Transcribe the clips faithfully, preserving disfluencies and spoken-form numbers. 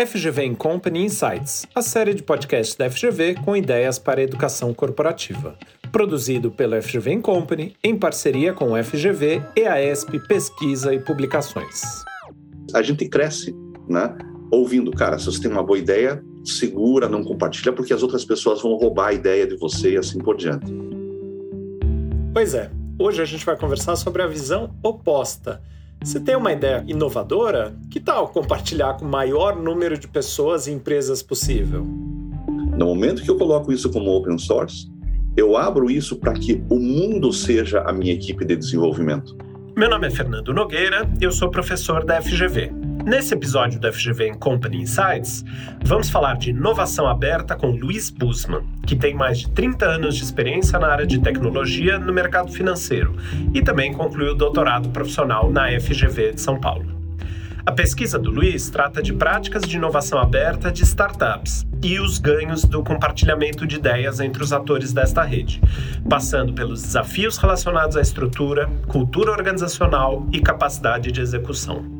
F G V Company Insights, a série de podcasts da F G V com ideias para a educação corporativa. Produzido pela F G V Company, em parceria com o F G V, E A E S P Pesquisa e Publicações. A gente cresce, né? Ouvindo, cara, se você tem uma boa ideia, segura, não compartilha, porque as outras pessoas vão roubar a ideia de você e assim por diante. Pois é, hoje a gente vai conversar sobre a visão oposta. Se tem uma ideia inovadora, que tal compartilhar com o maior número de pessoas e empresas possível? No momento que eu coloco isso como open source, eu abro isso para que o mundo seja a minha equipe de desenvolvimento. Meu nome é Fernando Nogueira e eu sou professor da F G V. Nesse episódio da F G V Company Insights, vamos falar de inovação aberta com Luiz Bussmann, que tem mais de trinta anos de experiência na área de tecnologia no mercado financeiro e também concluiu doutorado profissional na F G V de São Paulo. A pesquisa do Luiz trata de práticas de inovação aberta de startups e os ganhos do compartilhamento de ideias entre os atores desta rede, passando pelos desafios relacionados à estrutura, cultura organizacional e capacidade de execução.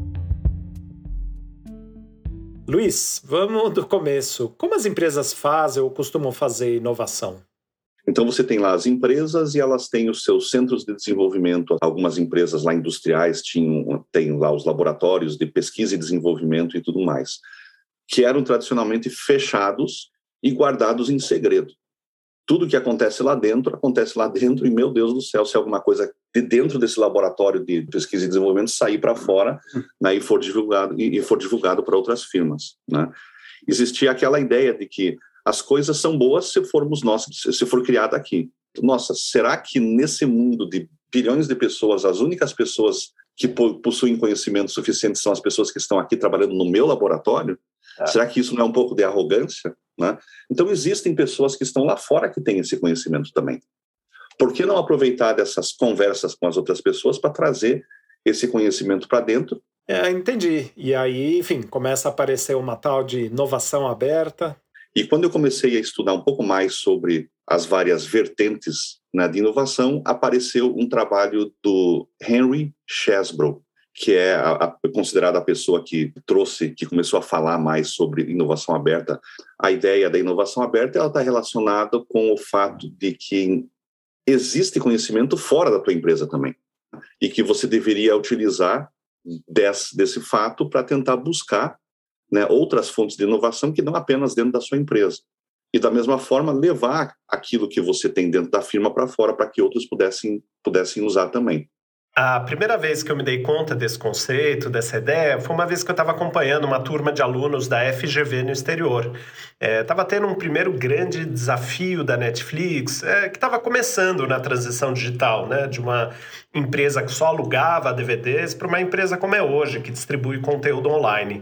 Luiz, vamos do começo. Como as empresas fazem ou costumam fazer inovação? Então você tem lá as empresas e elas têm os seus centros de desenvolvimento. Algumas empresas lá industriais tinham, têm lá os laboratórios de pesquisa e desenvolvimento e tudo mais, que eram tradicionalmente fechados e guardados em segredo. Tudo que acontece lá dentro, acontece lá dentro e, meu Deus do céu, se alguma coisa de dentro desse laboratório de pesquisa e desenvolvimento sair para fora, né, e for divulgado, e, e for divulgado para outras firmas, né? Existia aquela ideia de que as coisas são boas se formos nós, se for criada aqui. Nossa, será que nesse mundo de bilhões de pessoas, as únicas pessoas que possuem conhecimento suficiente são as pessoas que estão aqui trabalhando no meu laboratório? É. Será que isso não é um pouco de arrogância? Né? Então existem pessoas que estão lá fora que têm esse conhecimento também. Por que não aproveitar dessas conversas com as outras pessoas para trazer esse conhecimento para dentro? É, entendi. E aí, enfim, começa a aparecer uma tal de inovação aberta. E quando eu comecei a estudar um pouco mais sobre as várias vertentes, né, de inovação, apareceu um trabalho do Henry Chesbrough, que é a, a, considerada a pessoa que trouxe, que começou a falar mais sobre inovação aberta. A ideia da inovação aberta ela está relacionada com o fato de que existe conhecimento fora da tua empresa também, e que você deveria utilizar desse, desse fato para tentar buscar, né, outras fontes de inovação que não apenas dentro da sua empresa. E, da mesma forma, levar aquilo que você tem dentro da firma para fora para que outros pudessem, pudessem usar também. A primeira vez que eu me dei conta desse conceito, dessa ideia, foi uma vez que eu estava acompanhando uma turma de alunos da F G V no exterior. Estava é, tendo um primeiro grande desafio da Netflix, é, que estava começando na transição digital, né, de uma empresa que só alugava D V Ds para uma empresa como é hoje, que distribui conteúdo online.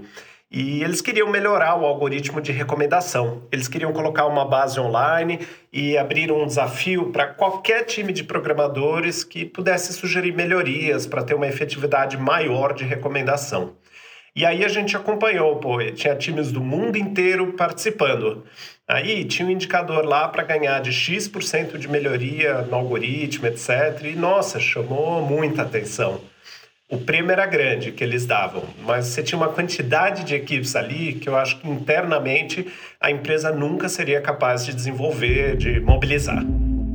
E eles queriam melhorar o algoritmo de recomendação. Eles queriam colocar uma base online e abrir um desafio para qualquer time de programadores que pudesse sugerir melhorias para ter uma efetividade maior de recomendação. E aí a gente acompanhou, pô, tinha times do mundo inteiro participando. Aí tinha um indicador lá para ganhar de X por cento de melhoria no algoritmo, etcétera. E, nossa, chamou muita atenção. O prêmio era grande que eles davam, mas você tinha uma quantidade de equipes ali que eu acho que internamente a empresa nunca seria capaz de desenvolver, de mobilizar.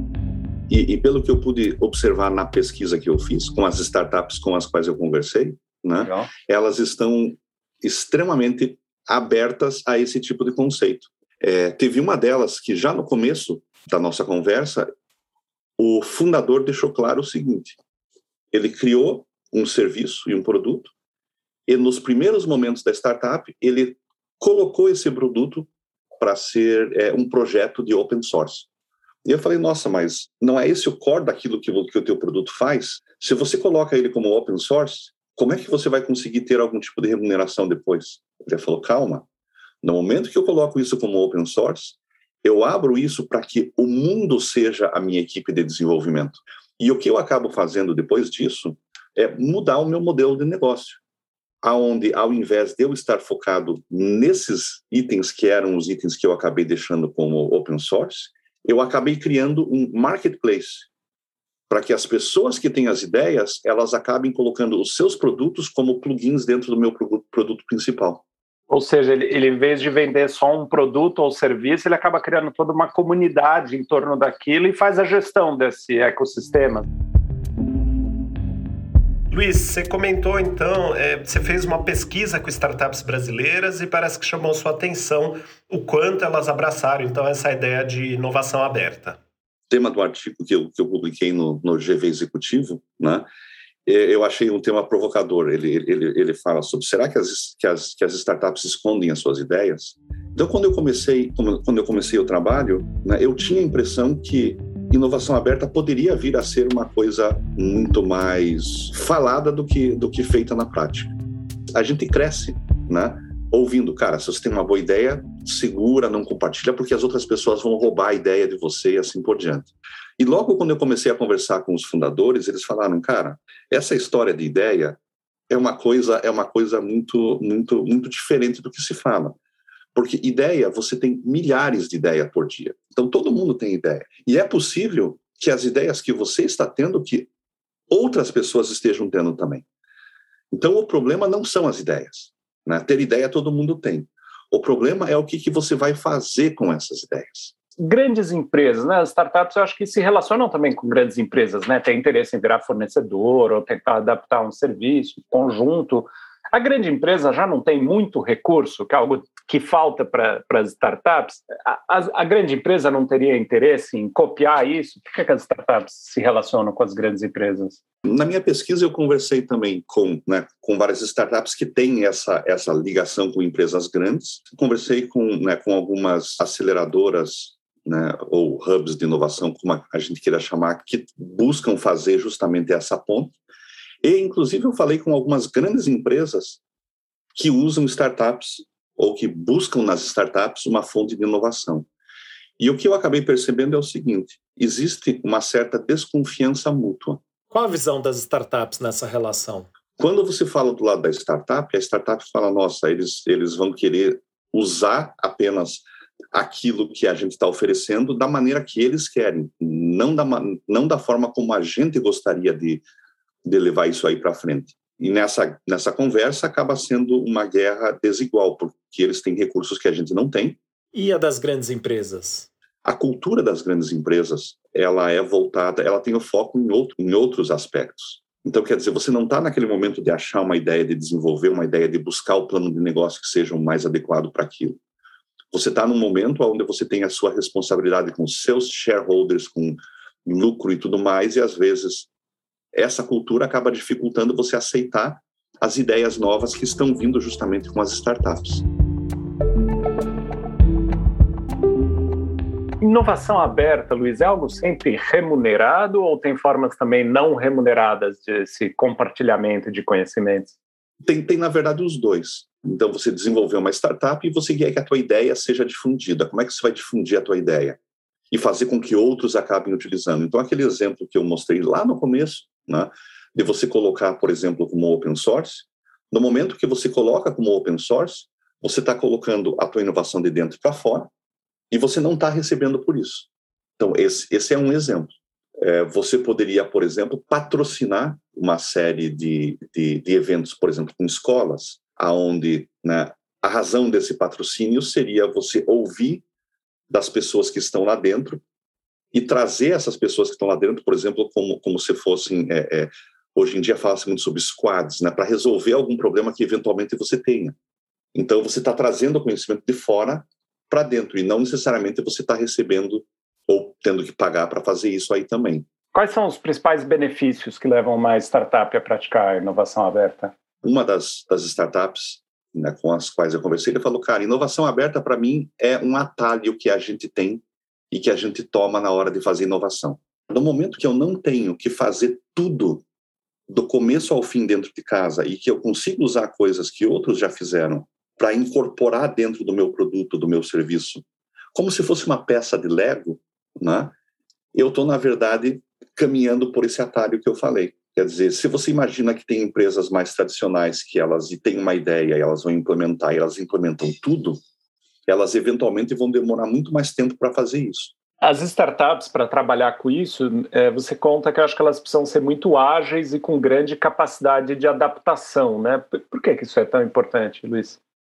E, e pelo que eu pude observar na pesquisa que eu fiz, com as startups com as quais eu conversei, né, elas estão extremamente abertas a esse tipo de conceito. É, teve uma delas que já no começo da nossa conversa, o fundador deixou claro o seguinte: ele criou um serviço e um produto, e nos primeiros momentos da startup, ele colocou esse produto para ser é, um projeto de open source. E eu falei, nossa, mas não é esse o core daquilo que, que o teu produto faz? Se você coloca ele como open source, como é que você vai conseguir ter algum tipo de remuneração depois? Ele falou, calma, no momento que eu coloco isso como open source, eu abro isso para que o mundo seja a minha equipe de desenvolvimento. E o que eu acabo fazendo depois disso é mudar o meu modelo de negócio, aonde, ao invés de eu estar focado nesses itens que eram os itens que eu acabei deixando como open source, eu acabei criando um marketplace para que as pessoas que têm as ideias, elas acabem colocando os seus produtos como plugins dentro do meu produto principal. Ou seja, ele, ele, em vez de vender só um produto ou serviço, ele acaba criando toda uma comunidade em torno daquilo e faz a gestão desse ecossistema. Luiz, você comentou então, é, você fez uma pesquisa com startups brasileiras e parece que chamou sua atenção o quanto elas abraçaram então essa ideia de inovação aberta. O tema do artigo que eu, que eu publiquei no, no G V Executivo, né, eu achei um tema provocador. Ele, ele, ele fala sobre, será que as, que, as, que as startups escondem as suas ideias? Então, quando eu comecei, quando eu comecei o trabalho, né, eu tinha a impressão que inovação aberta poderia vir a ser uma coisa muito mais falada do que, do que feita na prática. A gente cresce, né, ouvindo, cara, se você tem uma boa ideia, segura, não compartilha, porque as outras pessoas vão roubar a ideia de você e assim por diante. E logo quando eu comecei a conversar com os fundadores, eles falaram, cara, essa história de ideia é uma coisa, é uma coisa muito, muito, muito diferente do que se fala. Porque ideia, você tem milhares de ideias por dia. Então, todo mundo tem ideia. E é possível que as ideias que você está tendo, que outras pessoas estejam tendo também. Então, o problema não são as ideias, né? Ter ideia todo mundo tem. O problema é o que, que você vai fazer com essas ideias. Grandes empresas, né? As startups, eu acho que se relacionam também com grandes empresas, né? Tem interesse em virar fornecedor ou tentar adaptar um serviço, conjunto. A grande empresa já não tem muito recurso, que é algo que falta para as startups. A, a, a grande empresa não teria interesse em copiar isso? Por que, que as startups se relacionam com as grandes empresas? Na minha pesquisa, eu conversei também com, né, com várias startups que têm essa, essa ligação com empresas grandes. Conversei com, né, com algumas aceleradoras, né, ou hubs de inovação, como a gente queira chamar, que buscam fazer justamente essa ponte. E, inclusive, eu falei com algumas grandes empresas que usam startups ou que buscam nas startups uma fonte de inovação. E o que eu acabei percebendo é o seguinte, existe uma certa desconfiança mútua. Qual a visão das startups nessa relação? Quando você fala do lado da startup, a startup fala, nossa, eles, eles vão querer usar apenas aquilo que a gente está oferecendo da maneira que eles querem, não da, não da forma como a gente gostaria de, de levar isso aí para frente. E nessa, nessa conversa acaba sendo uma guerra desigual, porque eles têm recursos que a gente não tem. E a das grandes empresas? A cultura das grandes empresas, ela é voltada, ela tem o foco em, outro, em outros aspectos. Então, quer dizer, você não está naquele momento de achar uma ideia, de desenvolver uma ideia, de buscar o plano de negócio que seja o mais adequado para aquilo. Você está num momento onde você tem a sua responsabilidade com seus shareholders, com lucro e tudo mais, e às vezes essa cultura acaba dificultando você aceitar as ideias novas que estão vindo justamente com as startups. Inovação aberta, Luiz, é algo sempre remunerado ou tem formas também não remuneradas desse compartilhamento de conhecimentos? Tem, tem, na verdade, os dois. Então, você desenvolveu uma startup e você quer que a tua ideia seja difundida. Como é que você vai difundir a tua ideia? E fazer com que outros acabem utilizando. Então, aquele exemplo que eu mostrei lá no começo, né, de você colocar, por exemplo, como open source, no momento que você coloca como open source, você está colocando a tua inovação de dentro para fora e você não está recebendo por isso. Então, esse, esse é um exemplo. É, você poderia, por exemplo, patrocinar uma série de, de, de eventos, por exemplo, com escolas, onde, né, a razão desse patrocínio seria você ouvir das pessoas que estão lá dentro e trazer essas pessoas que estão lá dentro, por exemplo, como, como se fossem... É, é, hoje em dia fala-se muito sobre squads, né, para resolver algum problema que eventualmente você tenha. Então, você está trazendo o conhecimento de fora para dentro e não necessariamente você está recebendo ou tendo que pagar para fazer isso aí também. Quais são os principais benefícios que levam uma startup a praticar a inovação aberta? Uma das, das startups, né, com as quais eu conversei, ele falou, cara, inovação aberta para mim é um atalho que a gente tem e que a gente toma na hora de fazer inovação. No momento que eu não tenho que fazer tudo do começo ao fim dentro de casa e que eu consigo usar coisas que outros já fizeram para incorporar dentro do meu produto, do meu serviço, como se fosse uma peça de Lego, né? Eu estou, na verdade, caminhando por esse atalho que eu falei. Quer dizer, se você imagina que tem empresas mais tradicionais que elas têm uma ideia e elas vão implementar e elas implementam tudo, elas eventualmente vão demorar muito mais tempo para fazer isso. As startups, para trabalhar com isso, é, você conta que eu acho que elas precisam ser muito ágeis e com grande capacidade de adaptação, né? Por, por que, que isso é tão importante, Luiz?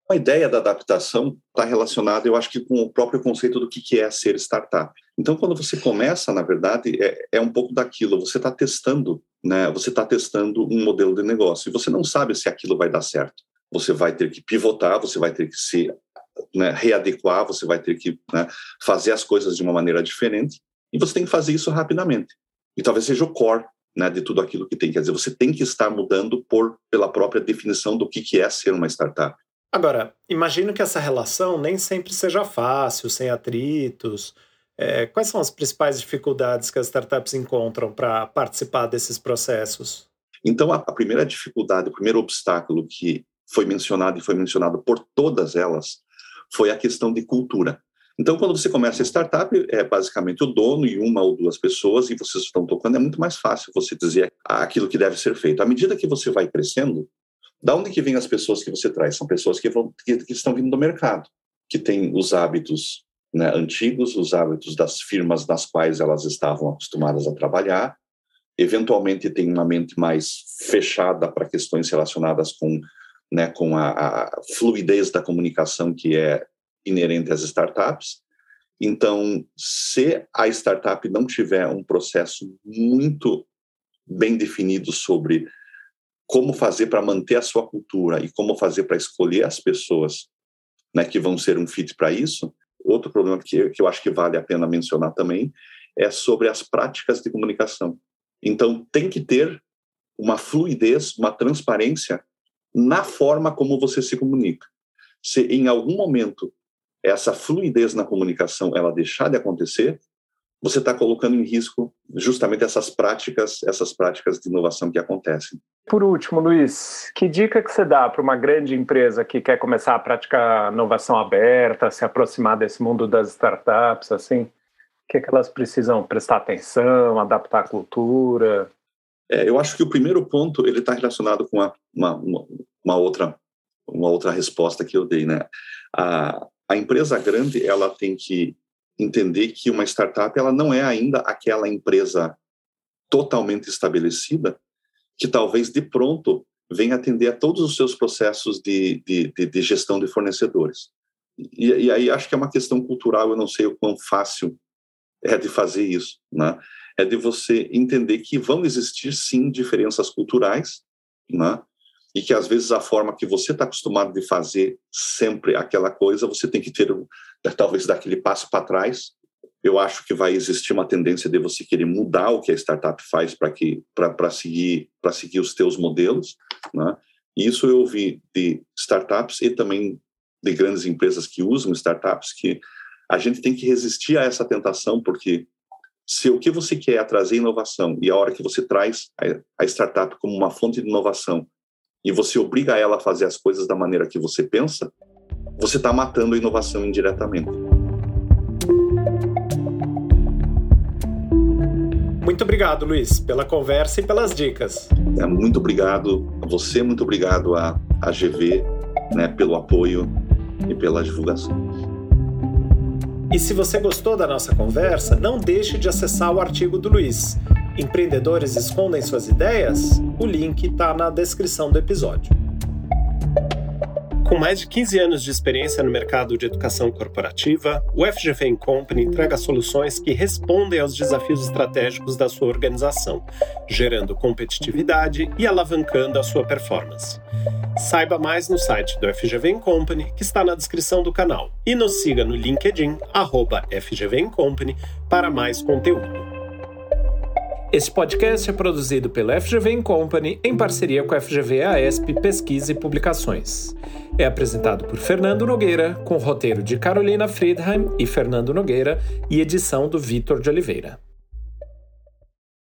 A ideia da adaptação está relacionada, eu acho que com o próprio conceito do que é ser startup. Então, quando você começa, na verdade, é, é um pouco daquilo. Você está testando, né? Você está testando um modelo de negócio e você não sabe se aquilo vai dar certo. Você vai ter que pivotar, você vai ter que se né, readequar, você vai ter que né, fazer as coisas de uma maneira diferente e você tem que fazer isso rapidamente. E talvez seja o core né, de tudo aquilo que tem. Quer dizer, você tem que estar mudando por, pela própria definição do que, que é ser uma startup. Agora, imagino que essa relação nem sempre seja fácil, sem atritos. É, quais são as principais dificuldades que as startups encontram para participar desses processos? Então, a, a primeira dificuldade, o primeiro obstáculo que foi mencionado e foi mencionado por todas elas foi a questão de cultura. Então, quando você começa a startup, é basicamente o dono e uma ou duas pessoas e vocês estão tocando, é muito mais fácil você dizer aquilo que deve ser feito. À medida que você vai crescendo, da onde que vêm as pessoas que você traz? São pessoas que, vão, que, que estão vindo do mercado, que têm os hábitos né, antigos, os hábitos das firmas nas quais elas estavam acostumadas a trabalhar, eventualmente tem uma mente mais fechada para questões relacionadas com, né, com a, a fluidez da comunicação que é inerente às startups. Então, se a startup não tiver um processo muito bem definido sobre como fazer para manter a sua cultura e como fazer para escolher as pessoas né, que vão ser um fit para isso, outro problema que, que eu acho que vale a pena mencionar também é sobre as práticas de comunicação. Então, tem que ter uma fluidez, uma transparência na forma como você se comunica. Se em algum momento essa fluidez na comunicação ela deixar de acontecer, você está colocando em risco justamente essas práticas, essas práticas de inovação que acontecem. Por último, Luiz, que dica que você dá para uma grande empresa que quer começar a praticar inovação aberta, se aproximar desse mundo das startups, assim? O que é que elas precisam prestar atenção, adaptar a cultura? É, eu acho que o primeiro ponto ele está relacionado com uma, uma, uma, outra, uma outra resposta que eu dei, né? A, a empresa grande ela tem que entender que uma startup ela não é ainda aquela empresa totalmente estabelecida que talvez de pronto venha atender a todos os seus processos de, de, de, de gestão de fornecedores. E, e aí acho que é uma questão cultural, eu não sei o quão fácil é de fazer isso, né? É de você entender que vão existir sim diferenças culturais, né? E que às vezes a forma que você está acostumado de fazer sempre aquela coisa, você tem que ter, talvez, dar aquele passo para trás. Eu acho que vai existir uma tendência de você querer mudar o que a startup faz para que para seguir para seguir os teus modelos, né? E isso eu ouvi de startups e também de grandes empresas que usam startups, que a gente tem que resistir a essa tentação, porque se o que você quer é trazer inovação e a hora que você traz a startup como uma fonte de inovação e você obriga ela a fazer as coisas da maneira que você pensa, você está matando a inovação indiretamente. Muito obrigado, Luiz, pela conversa e pelas dicas. É, muito obrigado a você, muito obrigado à A G V, né, pelo apoio e pela divulgação. E se você gostou da nossa conversa, não deixe de acessar o artigo do Luiz. Empreendedores escondem suas ideias? O link está na descrição do episódio. Com mais de quinze anos de experiência no mercado de educação corporativa, o F G V and Company entrega soluções que respondem aos desafios estratégicos da sua organização, gerando competitividade e alavancando a sua performance. Saiba mais no site do F G V and Company, que está na descrição do canal, e nos siga no LinkedIn, arroba F G V and Company, para mais conteúdo. Este podcast é produzido pela F G V and Company em parceria com a F G V A E S P Pesquisa e Publicações. É apresentado por Fernando Nogueira, com roteiro de Carolina Friedheim e Fernando Nogueira e edição do Vitor de Oliveira.